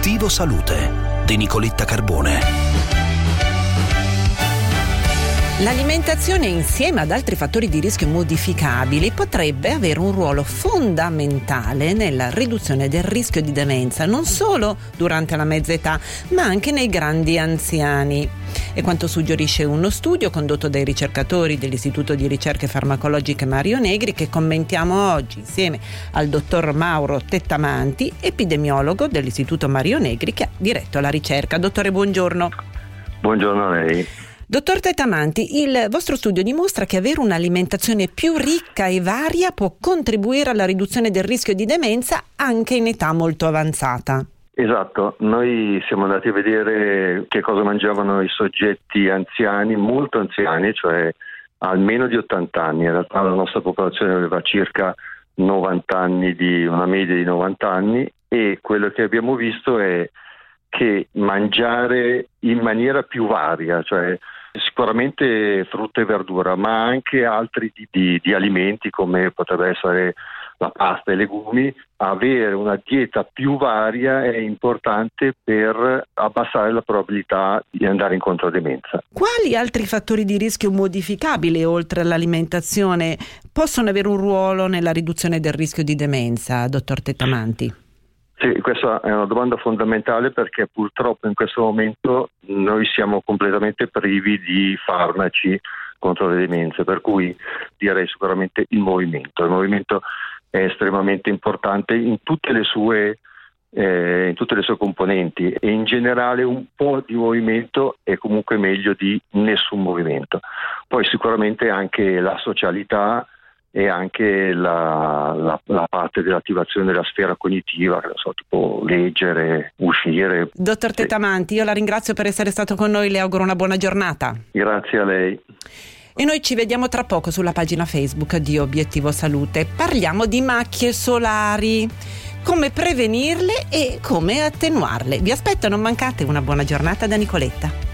Obiettivo Salute di Nicoletta Carbone. L'alimentazione, insieme ad altri fattori di rischio modificabili, potrebbe avere un ruolo fondamentale nella riduzione del rischio di demenza, non solo durante la mezza età, ma anche nei grandi anziani. È quanto suggerisce uno studio condotto dai ricercatori dell'Istituto di Ricerche Farmacologiche Mario Negri, che commentiamo oggi insieme al dottor Mauro Tettamanti, epidemiologo dell'Istituto Mario Negri, che ha diretto la ricerca. Dottore, buongiorno. Buongiorno a lei. Dottor Tettamanti, il vostro studio dimostra che avere un'alimentazione più ricca e varia può contribuire alla riduzione del rischio di demenza anche in età molto avanzata. Esatto, noi siamo andati a vedere che cosa mangiavano i soggetti anziani, molto anziani, cioè almeno di 80 anni. In realtà la nostra popolazione aveva circa 90 anni, una media di 90 anni, e quello che abbiamo visto è che mangiare in maniera più varia, cioè sicuramente frutta e verdura, ma anche altri tipi di alimenti come potrebbe essere la pasta e i legumi, avere una dieta più varia è importante per abbassare la probabilità di andare incontro a demenza. Quali altri fattori di rischio modificabili, oltre all'alimentazione, possono avere un ruolo nella riduzione del rischio di demenza, dottor Tettamanti? Sì, questa è una domanda fondamentale, perché purtroppo in questo momento noi siamo completamente privi di farmaci contro le demenze, per cui direi sicuramente il movimento. Il movimento è estremamente importante in tutte le sue componenti, e in generale un po' di movimento è comunque meglio di nessun movimento. Poi sicuramente anche la socialità e anche la parte dell'attivazione della sfera cognitiva, che tipo leggere, uscire. Dottor Tettamanti, io la ringrazio per essere stato con noi, le auguro una buona giornata. Grazie a lei. E noi ci vediamo tra poco sulla pagina Facebook di Obiettivo Salute. Parliamo di macchie solari, come prevenirle e come attenuarle. Vi aspetto, non mancate. Una buona giornata da Nicoletta.